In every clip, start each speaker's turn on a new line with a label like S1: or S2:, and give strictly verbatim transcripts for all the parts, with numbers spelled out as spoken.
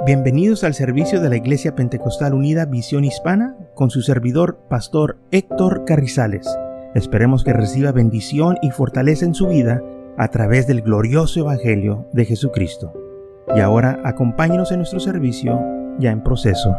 S1: Bienvenidos al servicio de la Iglesia Pentecostal Unida Visión Hispana con su servidor, Pastor Héctor Carrizales. Esperemos que reciba bendición y fortaleza en su vida a través del glorioso Evangelio de Jesucristo. Y ahora acompáñenos en nuestro servicio ya en proceso.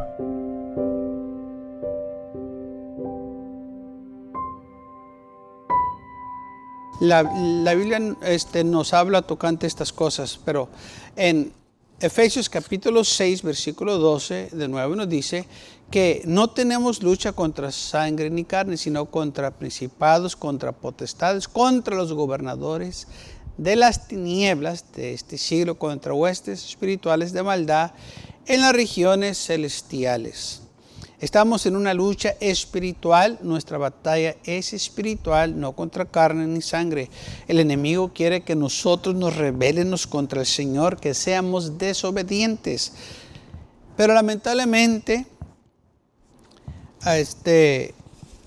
S2: La, la Biblia este, nos habla tocante estas cosas, pero en Efesios capítulo seis, versículo doce, de nuevo nos dice que no tenemos lucha contra sangre ni carne, sino contra principados, contra potestades, contra los gobernadores de las tinieblas de este siglo, contra huestes espirituales de maldad en las regiones celestiales. Estamos en una lucha espiritual, nuestra batalla es espiritual, no contra carne ni sangre. El enemigo quiere que nosotros nos rebelemos contra el Señor, que seamos desobedientes. Pero lamentablemente, este,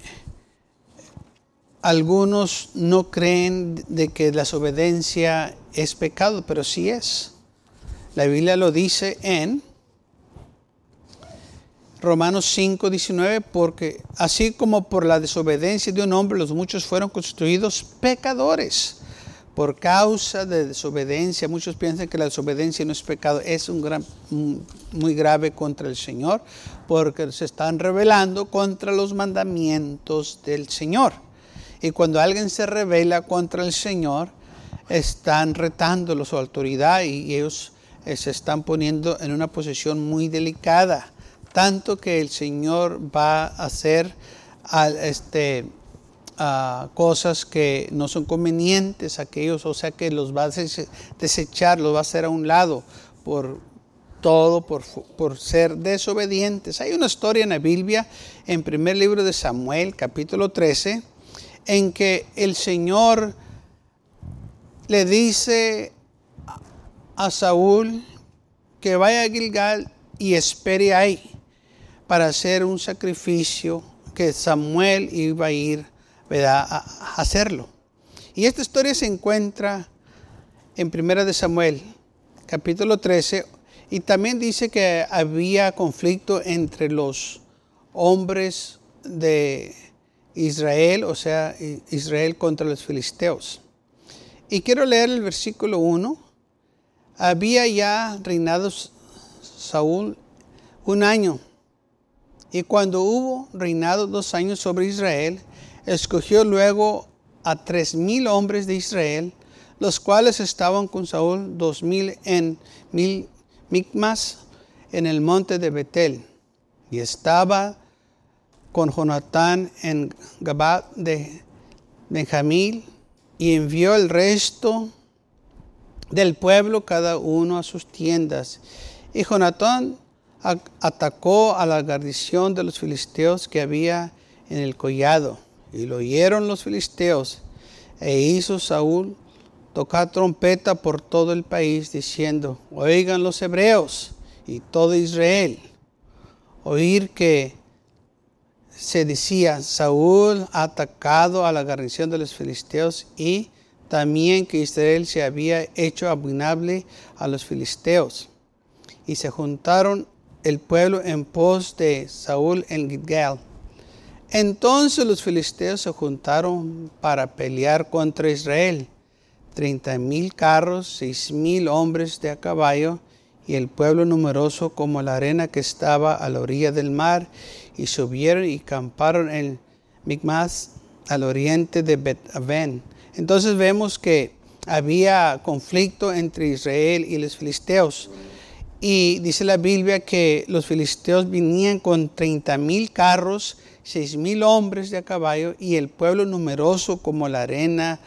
S2: algunos no creen de que la desobediencia es pecado, pero sí es. La Biblia lo dice en Romanos cinco, diecinueve, porque así como por la desobediencia de un hombre los muchos fueron constituidos pecadores. Por causa de desobediencia, muchos piensan que la desobediencia no es pecado, es un gran, muy grave contra el Señor, porque se están rebelando contra los mandamientos del Señor. Y cuando alguien se rebela contra el Señor, están retando su autoridad y ellos se están poniendo en una posición muy delicada. Tanto que el Señor va a hacer este, uh, cosas que no son convenientes a aquellos, o sea que los va a desechar, los va a hacer a un lado por todo, por, por ser desobedientes. Hay una historia en la Biblia, en primer libro de Samuel, capítulo trece, en que el Señor le dice a Saúl que vaya a Gilgal y espere ahí para hacer un sacrificio que Samuel iba a ir, ¿verdad?, a hacerlo. Y esta historia se encuentra en Primera de Samuel, capítulo trece, y también dice que había conflicto entre los hombres de Israel, o sea, Israel contra los filisteos. Y quiero leer el versículo uno. Había ya reinado Saúl un año. Y cuando hubo reinado dos años sobre Israel, escogió luego a tres mil hombres de Israel, los cuales estaban con Saúl dos mil en Micmas, en el monte de Betel. Y estaba con Jonatán en Gabá de Benjamín, y envió el resto del pueblo, cada uno a sus tiendas. Y Jonatán atacó a la guarnición de los filisteos que había en el collado, y lo oyeron los filisteos, e hizo Saúl tocar trompeta por todo el país, diciendo: oigan los hebreos y todo Israel, oír que se decía: Saúl ha atacado a la guarnición de los filisteos, y también que Israel se había hecho abominable a los filisteos. Y se juntaron el pueblo en pos de Saúl en Gilgal. Entonces los filisteos se juntaron para pelear contra Israel, treinta mil carros, seis mil hombres de a caballo, y el pueblo numeroso como la arena que estaba a la orilla del mar, y subieron y acamparon en Micmas, al oriente de Bet-Aven. Entonces vemos que había conflicto entre Israel y los filisteos. Y dice la Biblia que los filisteos venían con treinta mil carros, seis mil hombres de a caballo, y el pueblo numeroso como la arena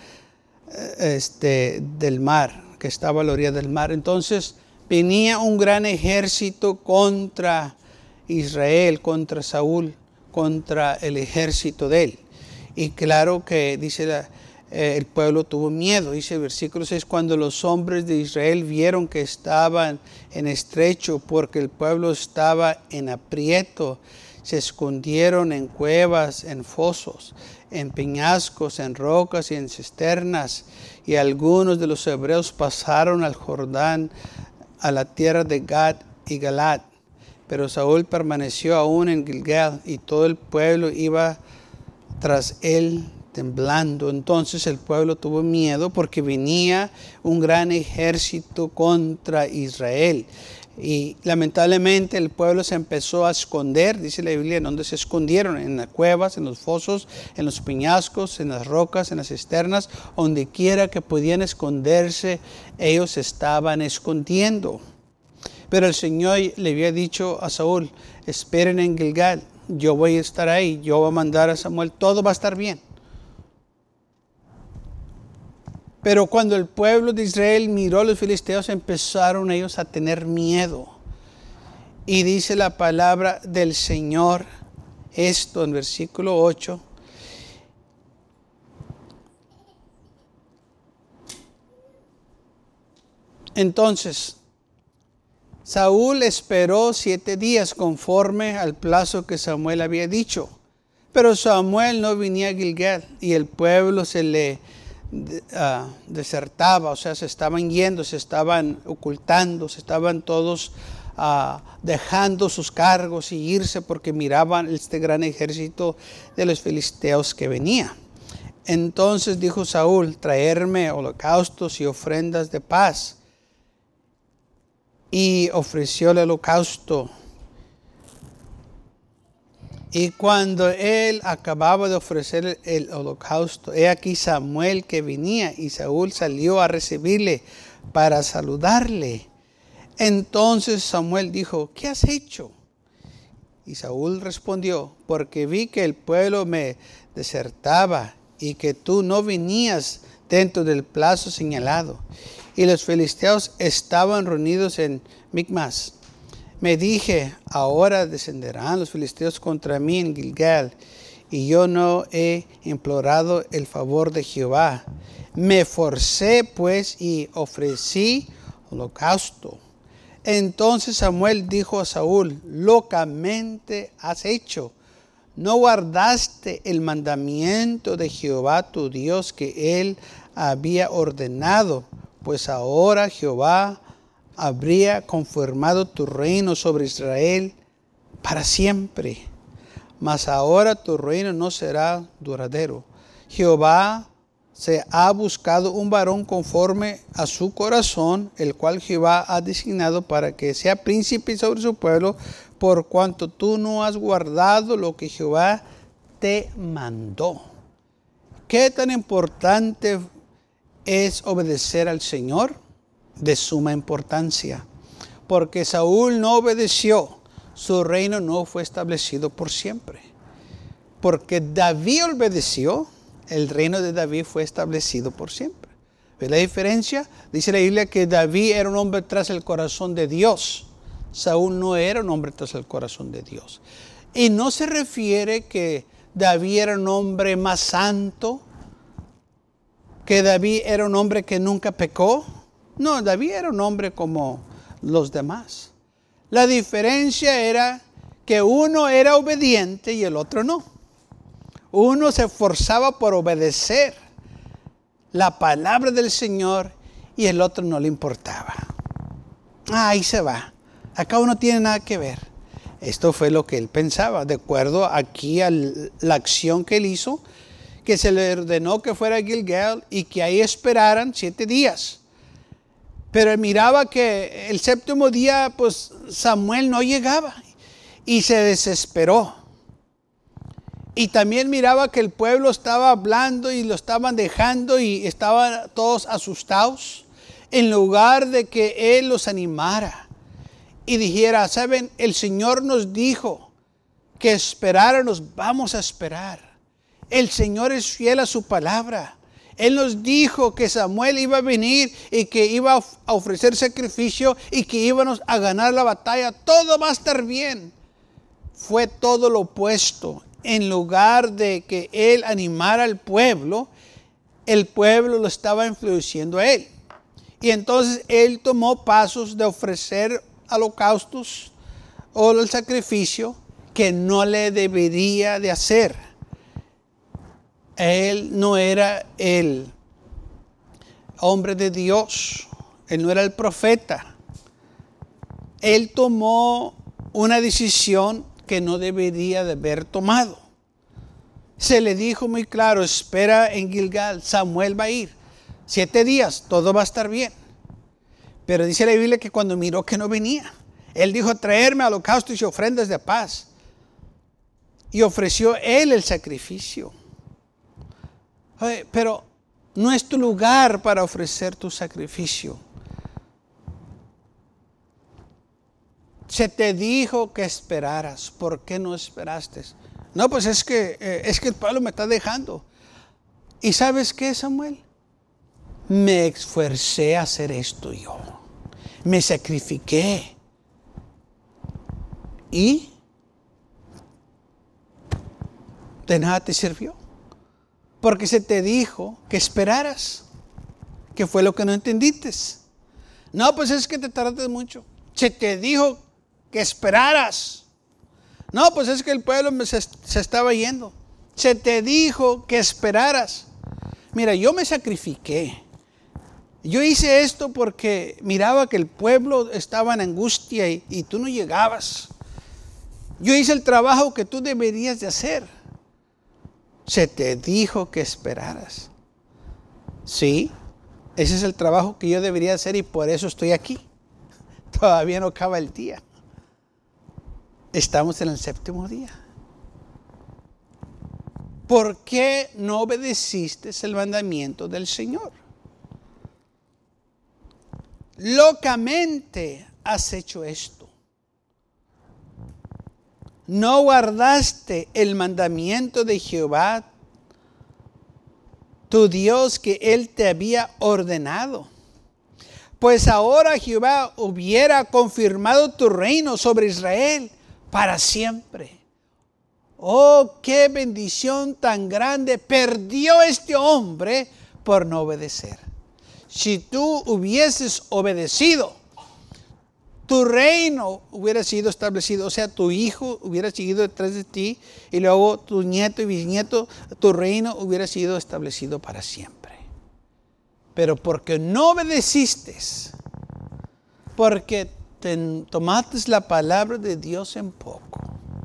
S2: este, del mar, que estaba a la orilla del mar. Entonces venía un gran ejército contra Israel, contra Saúl, contra el ejército de él. Y claro que dice la Eh, el pueblo tuvo miedo. Dice el versículo seis, cuando los hombres de Israel vieron que estaban en estrecho, porque el pueblo estaba en aprieto, se escondieron en cuevas, en fosos, en peñascos, en rocas y en cisternas. Y algunos de los hebreos pasaron al Jordán, a la tierra de Gad, y Galad. Pero Saúl permaneció aún en Gilgal y todo el pueblo iba tras él temblando. Entonces el pueblo tuvo miedo porque venía un gran ejército contra Israel. Y lamentablemente el pueblo se empezó a esconder, dice la Biblia, en donde se escondieron, en las cuevas, en los fosos, en los peñascos, en las rocas, en las cisternas, donde quiera que podían esconderse, ellos estaban escondiendo. Pero el Señor le había dicho a Saúl, esperen en Gilgal, yo voy a estar ahí, yo voy a mandar a Samuel, todo va a estar bien. Pero cuando el pueblo de Israel miró a los filisteos, empezaron ellos a tener miedo. Y dice la palabra del Señor, esto en versículo ocho. Entonces, Saúl esperó siete días conforme al plazo que Samuel había dicho. Pero Samuel no venía a Gilgal y el pueblo se le Uh, desertaba, o sea, se estaban yendo, se estaban ocultando, se estaban todos uh, dejando sus cargos y irse porque miraban este gran ejército de los filisteos que venía. Entonces dijo Saúl, traerme holocaustos y ofrendas de paz. Y ofreció el holocausto. Y cuando él acababa de ofrecer el holocausto, he aquí Samuel que venía, y Saúl salió a recibirle para saludarle. Entonces Samuel dijo, ¿qué has hecho? Y Saúl respondió, porque vi que el pueblo me desertaba y que tú no venías dentro del plazo señalado. Y los filisteos estaban reunidos en Micmas. Me dije, ahora descenderán los filisteos contra mí en Gilgal, y yo no he implorado el favor de Jehová. Me forcé pues y ofrecí holocausto. Entonces Samuel dijo a Saúl, locamente has hecho. No guardaste el mandamiento de Jehová tu Dios que él había ordenado, pues ahora Jehová habría confirmado tu reino sobre Israel para siempre. Mas ahora tu reino no será duradero. Jehová se ha buscado un varón conforme a su corazón, el cual Jehová ha designado para que sea príncipe sobre su pueblo, por cuanto tú no has guardado lo que Jehová te mandó. ¿Qué tan importante es obedecer al Señor? De suma importancia, porque Saúl no obedeció, su reino no fue establecido por siempre. Porque David obedeció, el reino de David fue establecido por siempre. ¿Ves la diferencia? Dice la Biblia que David era un hombre tras el corazón de Dios. Saúl no era un hombre tras el corazón de Dios. Y no se refiere que David era un hombre más santo, que David era un hombre que nunca pecó. No, David era un hombre como los demás. La diferencia era que uno era obediente y el otro no. Uno se esforzaba por obedecer la palabra del Señor y el otro no le importaba. Ah, ahí se va. Acá uno tiene nada que ver. Esto fue lo que él pensaba, de acuerdo aquí a la acción que él hizo, que se le ordenó que fuera a Gilgal y que ahí esperaran siete días. Pero él miraba que el séptimo día, pues Samuel no llegaba y se desesperó. Y también miraba que el pueblo estaba hablando y lo estaban dejando y estaban todos asustados, en lugar de que él los animara y dijera, saben, el Señor nos dijo que esperáramos, vamos a esperar. El Señor es fiel a su palabra. Él nos dijo que Samuel iba a venir y que iba a ofrecer sacrificio y que íbamos a ganar la batalla. Todo va a estar bien. Fue todo lo opuesto. En lugar de que él animara al pueblo, el pueblo lo estaba influenciando a él. Y entonces él tomó pasos de ofrecer holocaustos o el sacrificio que no le debería de hacer. Él no era el hombre de Dios. Él no era el profeta. él tomó una decisión que no debería de haber tomado. Se le dijo muy claro, espera en Gilgal, Samuel va a ir. Siete días, todo va a estar bien. Pero dice la Biblia que cuando miró que no venía, él dijo, traerme holocaustos y ofrendas de paz. Y ofreció él el sacrificio. Oye, pero no es tu lugar para ofrecer tu sacrificio. Se te dijo que esperaras. ¿Por qué no esperaste? No, pues es que, eh, es que el pueblo me está dejando. ¿Y sabes qué, Samuel? Me esforcé a hacer esto yo. Me sacrifiqué. ¿Y de nada te sirvió? Porque se te dijo que esperaras. ¿Qué fue lo que no entendiste? No, pues es que te tardaste mucho. Se te dijo que esperaras. No, pues es que el pueblo se, se estaba yendo. Se te dijo que esperaras. Mira, yo me sacrifiqué. Yo hice esto porque miraba que el pueblo estaba en angustia y, y tú no llegabas. Yo hice el trabajo que tú deberías de hacer. Se te dijo que esperaras. Sí, ese es el trabajo que yo debería hacer y por eso estoy aquí. Todavía no acaba el día. Estamos en el séptimo día. ¿Por qué no obedeciste el mandamiento del Señor? Locamente has hecho esto. No guardaste el mandamiento de Jehová, tu Dios, que Él te había ordenado. Pues ahora Jehová hubiera confirmado tu reino sobre Israel para siempre. Oh, qué bendición tan grande perdió este hombre por no obedecer. Si tú hubieses obedecido, tu reino hubiera sido establecido. O sea, tu hijo hubiera seguido detrás de ti y luego tu nieto y bisnieto, tu reino hubiera sido establecido para siempre. Pero porque no obedeciste, porque te tomaste la palabra de Dios en poco,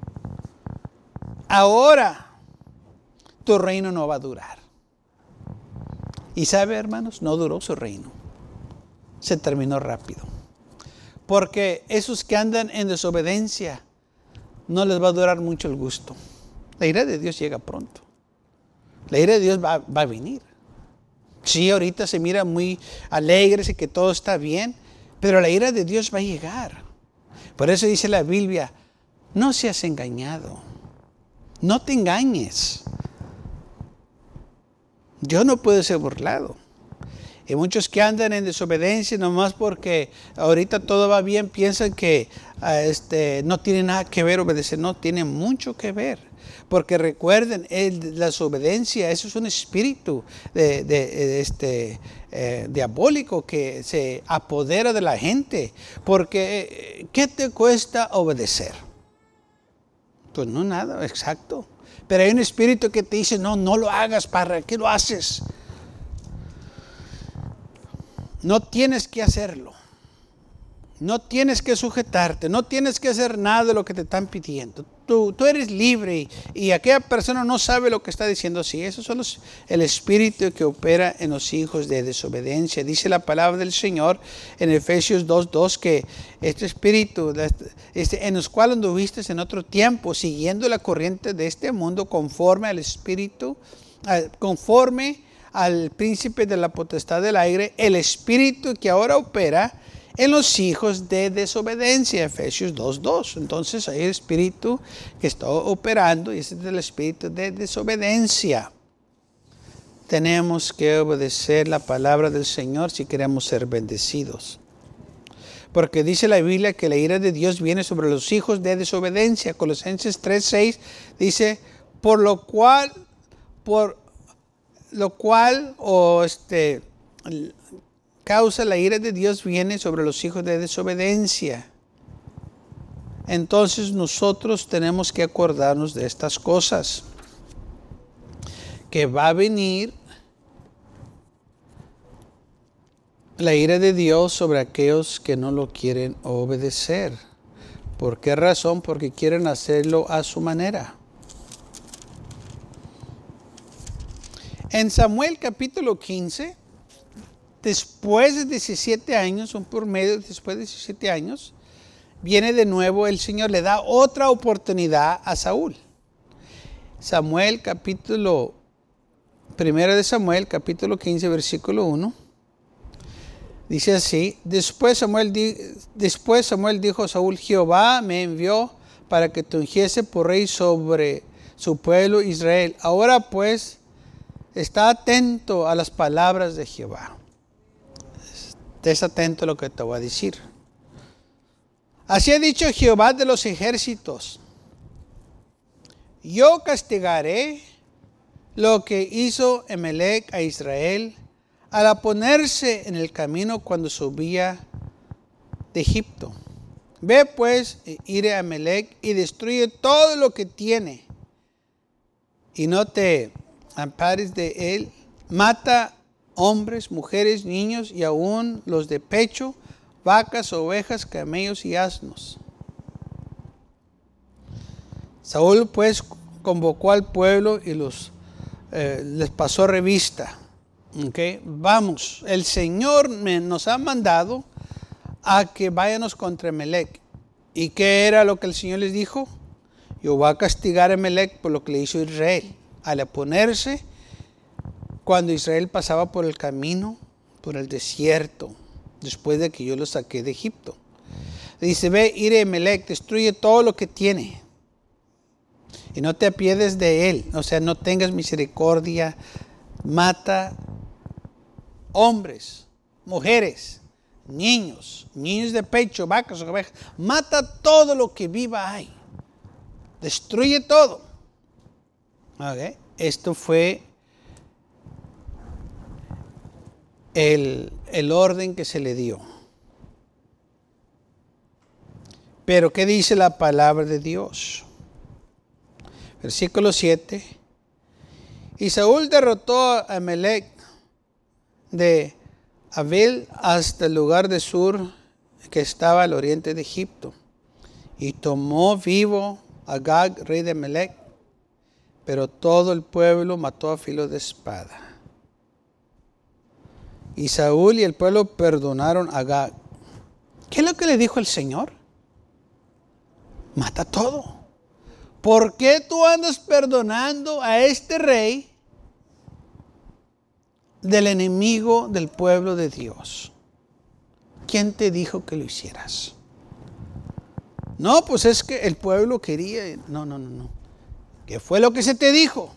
S2: ahora tu reino no va a durar. Y sabe, hermanos, no duró su reino. Se terminó rápido. Porque esos que andan en desobediencia no les va a durar mucho el gusto. La ira de Dios llega pronto. La ira de Dios va, va a venir. Sí, ahorita se mira muy alegres y que todo está bien, pero la ira de Dios va a llegar. Por eso dice la Biblia, no seas engañado. No te engañes. Dios no puede ser burlado. Y muchos que andan en desobediencia nomás porque ahorita todo va bien, piensan que uh, este, no tiene nada que ver obedecer. No, tiene mucho que ver. Porque recuerden, el, la desobediencia, eso es un espíritu de, de, de este, eh, diabólico que se apodera de la gente. Porque, ¿qué te cuesta obedecer? Pues no, nada, exacto. Pero hay un espíritu que te dice, no, no lo hagas, ¿para qué lo haces? No tienes que hacerlo. No tienes que sujetarte. No tienes que hacer nada de lo que te están pidiendo. Tú, tú eres libre y, y aquella persona no sabe lo que está diciendo. Sí, eso es los, el espíritu que opera en los hijos de desobediencia. Dice la palabra del Señor en Efesios dos dos que este espíritu este, en los cuales anduviste en otro tiempo, siguiendo la corriente de este mundo conforme al espíritu, conforme al príncipe de la potestad del aire, el espíritu que ahora opera en los hijos de desobediencia, Efesios dos dos. Entonces hay el espíritu que está operando y ese es el espíritu de desobediencia. Tenemos que obedecer la palabra del Señor si queremos ser bendecidos. Porque dice la Biblia que la ira de Dios viene sobre los hijos de desobediencia. Colosenses tres seis dice, por lo cual, por lo cual, o este, causa la ira de Dios viene sobre los hijos de desobediencia. Entonces nosotros tenemos que acordarnos de estas cosas. Que va a venir la ira de Dios sobre aquellos que no lo quieren obedecer. ¿Por qué razón? Porque quieren hacerlo a su manera. En Samuel capítulo quince, después de diecisiete años, un por medio después de diecisiete años, viene de nuevo el Señor, le da otra oportunidad a Saúl. Samuel capítulo, primero de Samuel capítulo quince, versículo uno. Dice así: después Samuel, di, después Samuel dijo a Saúl: Jehová me envió para que te ungiese por rey sobre su pueblo Israel. Ahora pues, está atento a las palabras de Jehová. Estés atento a lo que te voy a decir. Así ha dicho Jehová de los ejércitos: yo castigaré lo que hizo Emelec a Israel al ponerse en el camino cuando subía de Egipto. Ve pues, iré a Emelec y destruye todo lo que tiene, y no te ampares de él. Mata hombres, mujeres, niños y aún los de pecho, vacas, ovejas, camellos y asnos. Saúl pues convocó al pueblo y los, eh, les pasó revista. Okay. Vamos, el Señor me, nos ha mandado a que vayamos contra Emelec. ¿Y qué era lo que el Señor les dijo? Yo voy a castigar a Emelec por lo que le hizo Israel al oponerse cuando Israel pasaba por el camino, por el desierto, después de que yo lo saqué de Egipto. Dice: ve, iré a Emelec, destruye todo lo que tiene y no te apiades de él, o sea, no tengas misericordia. Mata hombres, mujeres, niños, niños de pecho, vacas, ovejas. Mata todo lo que viva ahí. Destruye todo. Okay. Esto fue el, el orden que se le dio. Pero ¿qué dice la palabra de Dios? Versículo siete. Y Saúl derrotó a Emelec de Abel hasta el lugar de Sur, que estaba al oriente de Egipto, y tomó vivo a Agag, rey de Emelec, pero todo el pueblo mató a filo de espada. Y Saúl y el pueblo perdonaron a Agag. ¿Qué es lo que le dijo el Señor? Mata todo. ¿Por qué tú andas perdonando a este rey del enemigo del pueblo de Dios? ¿Quién te dijo que lo hicieras? No, pues es que el pueblo quería. No, no, no, no. ¿Qué fue lo que se te dijo?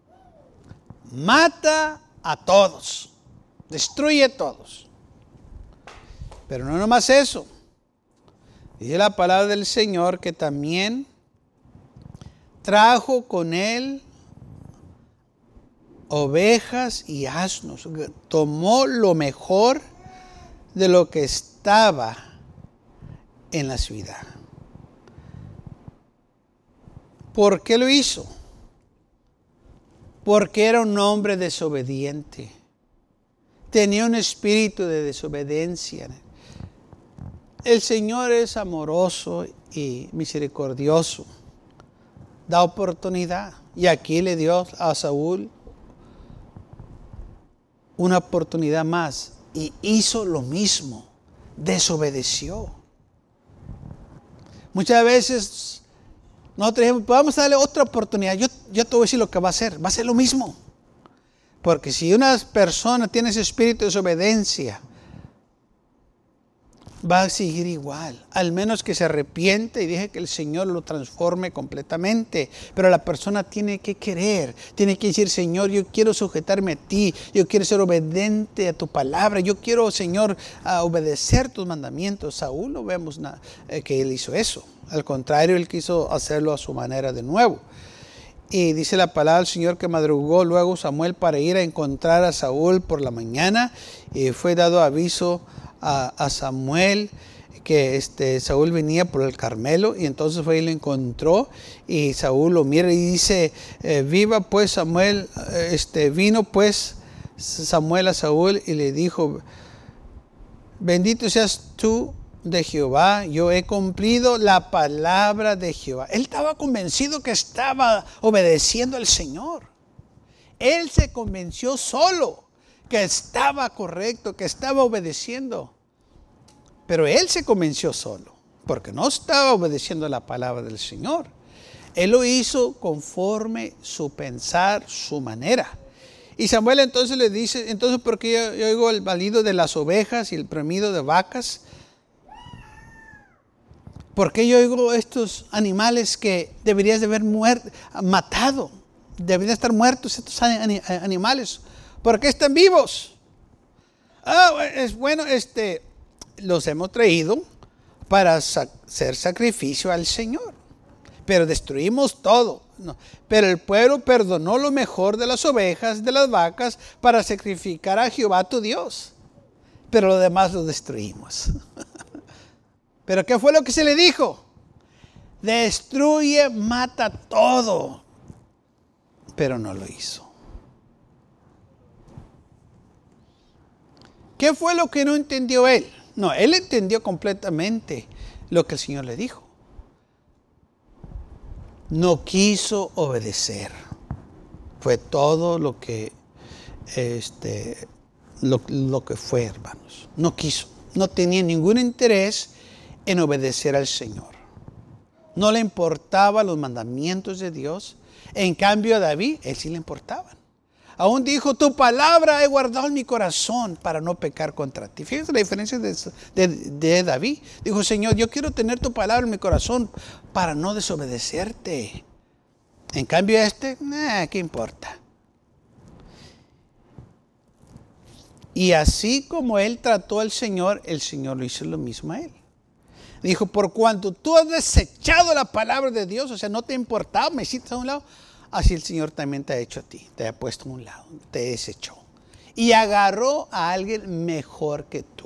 S2: Mata a todos. Destruye a todos. Pero no nomás eso. Dice la palabra del Señor que también trajo con él ovejas y asnos. Tomó lo mejor de lo que estaba en la ciudad. ¿Por qué lo hizo? Porque era un hombre desobediente. Tenía un espíritu de desobediencia. El Señor es amoroso y misericordioso. Da oportunidad. Y aquí le dio a Saúl una oportunidad más. Y hizo lo mismo. Desobedeció. Muchas veces nosotros dijimos, vamos a darle otra oportunidad. Yo, yo te voy a decir lo que va a hacer. Va a ser lo mismo. Porque si una persona tiene ese espíritu de desobediencia, va a seguir igual, al menos que se arrepiente y deje que el Señor lo transforme completamente. Pero la persona tiene que querer, tiene que decir: Señor, yo quiero sujetarme a ti, yo quiero ser obediente a tu palabra, yo quiero, Señor, obedecer tus mandamientos. Saúl no vemos nada, eh, que él hizo eso. Al contrario, él quiso hacerlo a su manera de nuevo. Y dice la palabra del Señor que madrugó luego Samuel para ir a encontrar a Saúl por la mañana, y fue dado aviso a, a Samuel que este, Saúl venía por el Carmelo, y entonces fue y lo encontró, y Saúl lo mira y dice: eh, viva pues Samuel, este, vino pues Samuel a Saúl y le dijo: bendito seas tú de Jehová, yo he cumplido la palabra de Jehová. Él estaba convencido que estaba obedeciendo al Señor. Él se convenció solo que estaba correcto, que estaba obedeciendo. Pero él se convenció solo, porque no estaba obedeciendo la palabra del Señor. Él lo hizo conforme su pensar, su manera. Y Samuel entonces le dice, entonces ¿por qué yo, yo oigo el balido de las ovejas y el bramido de vacas? ¿Por qué yo oigo estos animales que deberías de haber muerto, matado? Deberían estar muertos estos animales. ¿Por qué están vivos? Ah, es bueno, este, los hemos traído para hacer sacrificio al Señor. Pero destruimos todo. No. Pero el pueblo perdonó lo mejor de las ovejas, de las vacas, para sacrificar a Jehová tu Dios. Pero lo demás lo destruimos. ¿Pero qué fue lo que se le dijo? Destruye, mata todo. Pero no lo hizo. ¿Qué fue lo que no entendió él? No, él entendió completamente lo que el Señor le dijo. No quiso obedecer. Fue todo lo que, este, lo, lo que fue, hermanos. No quiso. No tenía ningún interés en obedecer al Señor. No le importaban los mandamientos de Dios. En cambio a David, él sí le importaban. Aún dijo, tu palabra he guardado en mi corazón para no pecar contra ti. Fíjense la diferencia de, de, de David. Dijo, Señor, yo quiero tener tu palabra en mi corazón para no desobedecerte. En cambio este, nah, ¿qué importa? Y así como él trató al Señor, el Señor lo hizo lo mismo a él. Dijo, por cuanto tú has desechado la palabra de Dios, o sea, no te importaba, me hiciste a un lado, así el Señor también te ha hecho a ti, te ha puesto a un lado, te desechó. Y agarró a alguien mejor que tú.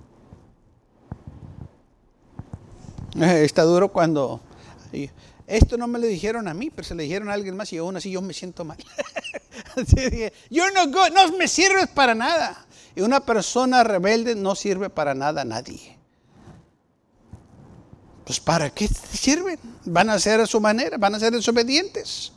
S2: Está duro cuando, esto no me lo dijeron a mí, pero se lo dijeron a alguien más y aún así yo me siento mal. You're no good, no me sirves para nada. Y una persona rebelde no sirve para nada a nadie. Pues ¿para qué sirven? Van a ser a su manera, van a ser desobedientes.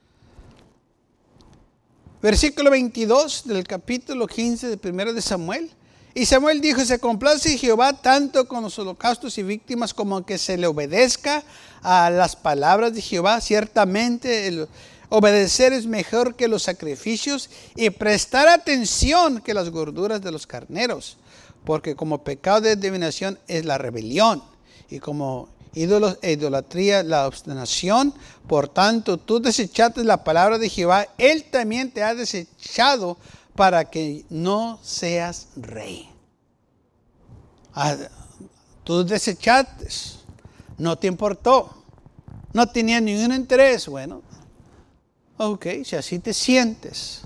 S2: Versículo veintidós del capítulo quince de primero de Samuel. Y Samuel dijo, se complace Jehová tanto con los holocaustos y víctimas como que se le obedezca a las palabras de Jehová. Ciertamente el obedecer es mejor que los sacrificios y prestar atención que las gorduras de los carneros. Porque como pecado de adivinación es la rebelión. Y como ídolos e idolatría la obstinación, por tanto tú desechaste la palabra de Jehová, él también te ha desechado para que no seas rey. Ah, tú desechaste, no te importó, no tenía ningún interés. Bueno, ok, si así te sientes,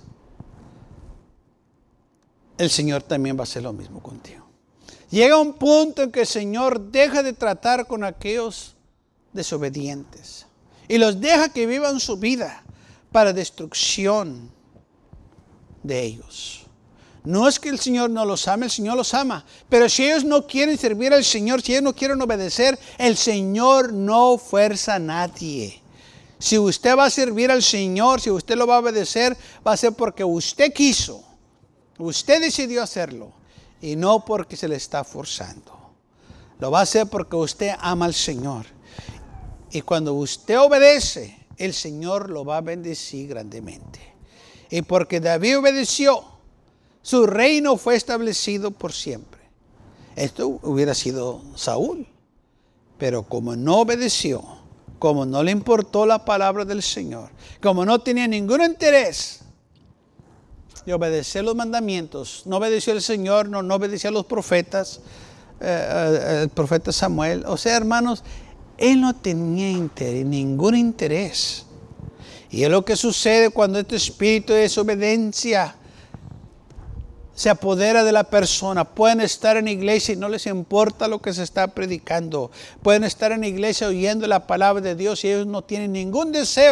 S2: el Señor también va a hacer lo mismo contigo. Llega un punto en que el Señor deja de tratar con aquellos desobedientes y los deja que vivan su vida para destrucción de ellos. No es que el Señor no los ame, el Señor los ama, pero si ellos no quieren servir al Señor, si ellos no quieren obedecer, el Señor no fuerza a nadie. Si usted va a servir al Señor, si usted lo va a obedecer, va a ser porque usted quiso, usted decidió hacerlo. Y no porque se le está forzando. Lo va a hacer porque usted ama al Señor. Y cuando usted obedece, el Señor lo va a bendecir grandemente. Y porque David obedeció, su reino fue establecido por siempre. Esto hubiera sido Saúl. Pero como no obedeció, como no le importó la palabra del Señor, como no tenía ningún interés de obedecer los mandamientos, no obedeció al Señor, no, no obedeció a los profetas, eh, el profeta Samuel. O sea, hermanos, él no tenía interés, ningún interés. Y es lo que sucede cuando este espíritu de desobediencia se apodera de la persona. Pueden estar en iglesia y no les importa lo que se está predicando. Pueden estar en iglesia oyendo la palabra de Dios y ellos no tienen ningún deseo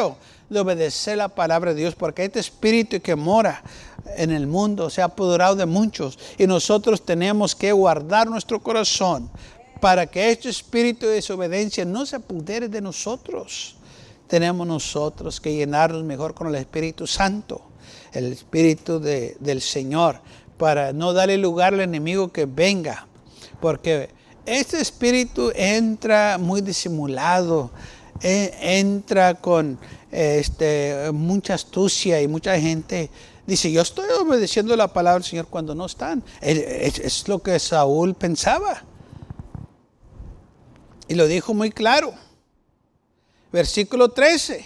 S2: de obedecer la palabra de Dios, porque este espíritu que mora en el mundo se ha apoderado de muchos y nosotros tenemos que guardar nuestro corazón para que este espíritu de desobediencia no se apodere de nosotros. Tenemos nosotros que llenarnos mejor con el Espíritu Santo, el Espíritu de, del Señor, para no darle lugar al enemigo que venga, porque este espíritu entra muy disimulado, entra con este, mucha astucia y mucha gente dice, yo estoy obedeciendo la palabra del Señor cuando no están. Es, es lo que Saúl pensaba. Y lo dijo muy claro. Versículo trece.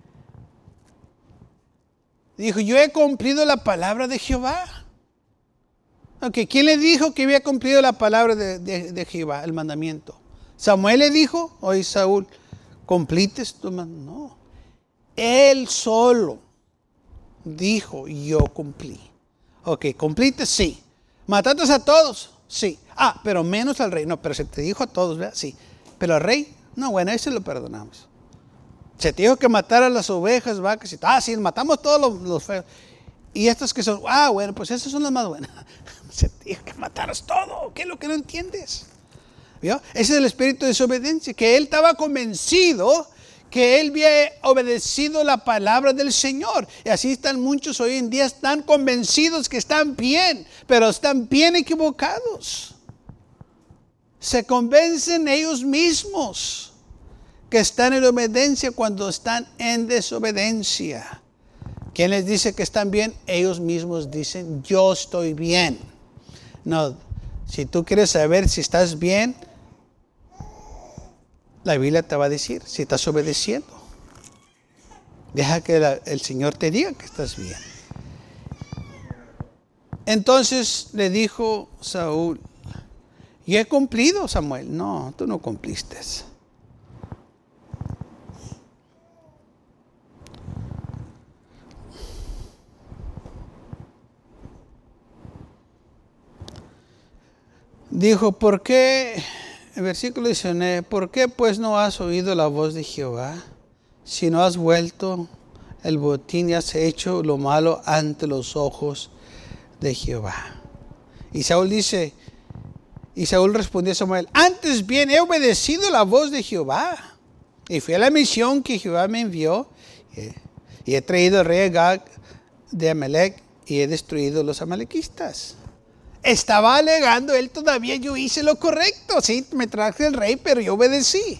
S2: Dijo, yo he cumplido la palabra de Jehová. Okay, ¿quién le dijo que había cumplido la palabra de, de, de Jehová, el mandamiento? ¿Samuel le dijo? ¿O Saúl? ¿Cumplites tu mandamiento? No. Él solo dijo, yo cumplí. Ok, ¿cumpliste? Sí. ¿Mataste a todos? Sí. Ah, pero menos al rey. No, pero se te dijo a todos, ¿verdad? Sí. Pero al rey, no, bueno, ese lo perdonamos. Se te dijo que matara las ovejas, vacas y ah, sí, matamos todos los, los feos. Y estas que son, ah, bueno, pues esas son las más buenas. Se te dijo que mataras todo. ¿Qué es lo que no entiendes? ¿Vio? Ese es el espíritu de desobediencia, que él estaba convencido que él había obedecido la palabra del Señor. Y así están muchos hoy en día, están convencidos que están bien, pero están bien equivocados. Se convencen ellos mismos que están en obediencia cuando están en desobediencia. ¿Quién les dice que están bien? Ellos mismos dicen, yo estoy bien. No, si tú quieres saber si estás bien, la Biblia te va a decir si estás obedeciendo. Deja que la, el Señor te diga que estás bien. Entonces le dijo Saúl, ¿y he cumplido, Samuel? No, tú no cumpliste. Dijo, ¿por qué? El versículo diecinueve, ¿por qué pues no has oído la voz de Jehová? Si no has vuelto el botín y has hecho lo malo ante los ojos de Jehová. Y Saúl dice, y Saúl respondió a Samuel, antes bien he obedecido la voz de Jehová. Y fui a la misión que Jehová me envió. Y he traído al rey Agag de Amalek y he destruido los amalequistas. Estaba alegando él todavía, yo hice lo correcto. Sí, me traje el rey, pero yo obedecí.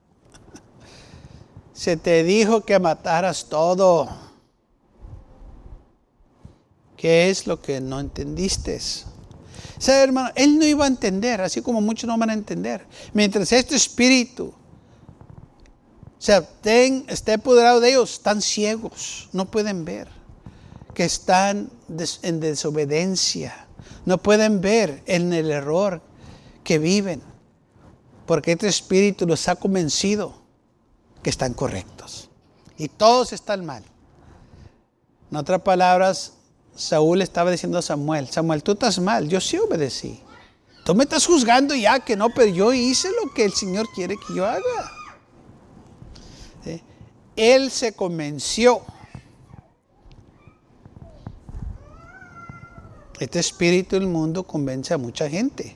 S2: Se te dijo que mataras todo. ¿Qué es lo que no entendiste? ¿Sabe, hermano? Él no iba a entender, así como muchos no van a entender. Mientras este espíritu se estén, esté apoderado de ellos, están ciegos, no pueden ver. Que están des, en desobediencia. No pueden ver en el error que viven, porque este espíritu los ha convencido que están correctos y todos están mal. En otras palabras, Saúl estaba diciendo a Samuel, Samuel, tú estás mal, yo sí obedecí. Tú me estás juzgando ya que no, pero yo hice lo que el Señor quiere que yo haga. ¿Sí? Él se convenció. Este espíritu del mundo convence a mucha gente.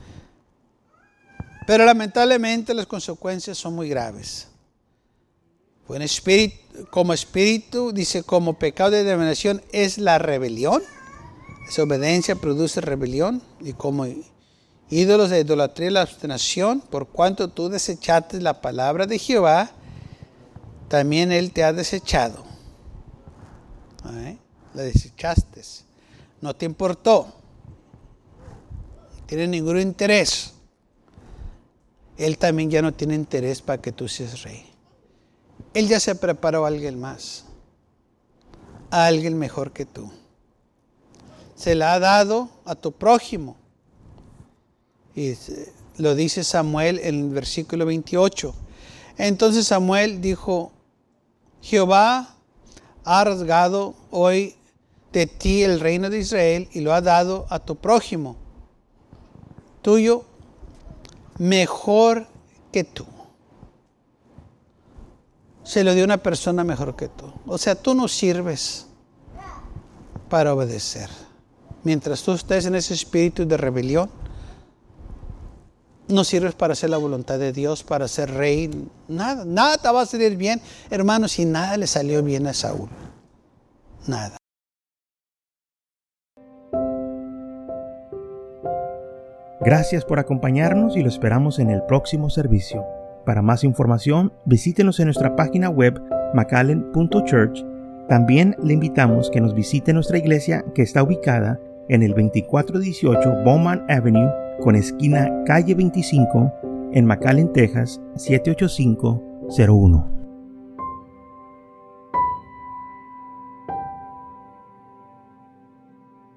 S2: Pero lamentablemente las consecuencias son muy graves. Buen espíritu, como espíritu, dice, como pecado de denominación es la rebelión. Desobediencia produce rebelión. Y como ídolos de idolatría la obstinación, por cuanto tú desechaste la palabra de Jehová, también Él te ha desechado. ¿Eh? La desechaste. No te importó. No tiene ningún interés. Él también ya no tiene interés para que tú seas rey. Él ya se preparó a alguien más. A alguien mejor que tú. Se la ha dado a tu prójimo. Y lo dice Samuel en el versículo veintiocho. Entonces Samuel dijo, Jehová ha rasgado hoy de ti el reino de Israel y lo ha dado a tu prójimo, tuyo, mejor que tú. se lo dio a una persona mejor que tú. O sea, tú no sirves para obedecer. Mientras tú estés en ese espíritu de rebelión, no sirves para hacer la voluntad de Dios, para ser rey. Nada, nada te va a salir bien, hermano, si nada le salió bien a Saúl. Nada.
S1: Gracias por acompañarnos y lo esperamos en el próximo servicio. Para más información, visítenos en nuestra página web macallen punto church. También le invitamos que nos visite nuestra iglesia que está ubicada en el veinticuatro dieciocho Bowman Avenue con esquina calle veinticinco en McAllen, Texas siete ocho cinco cero uno.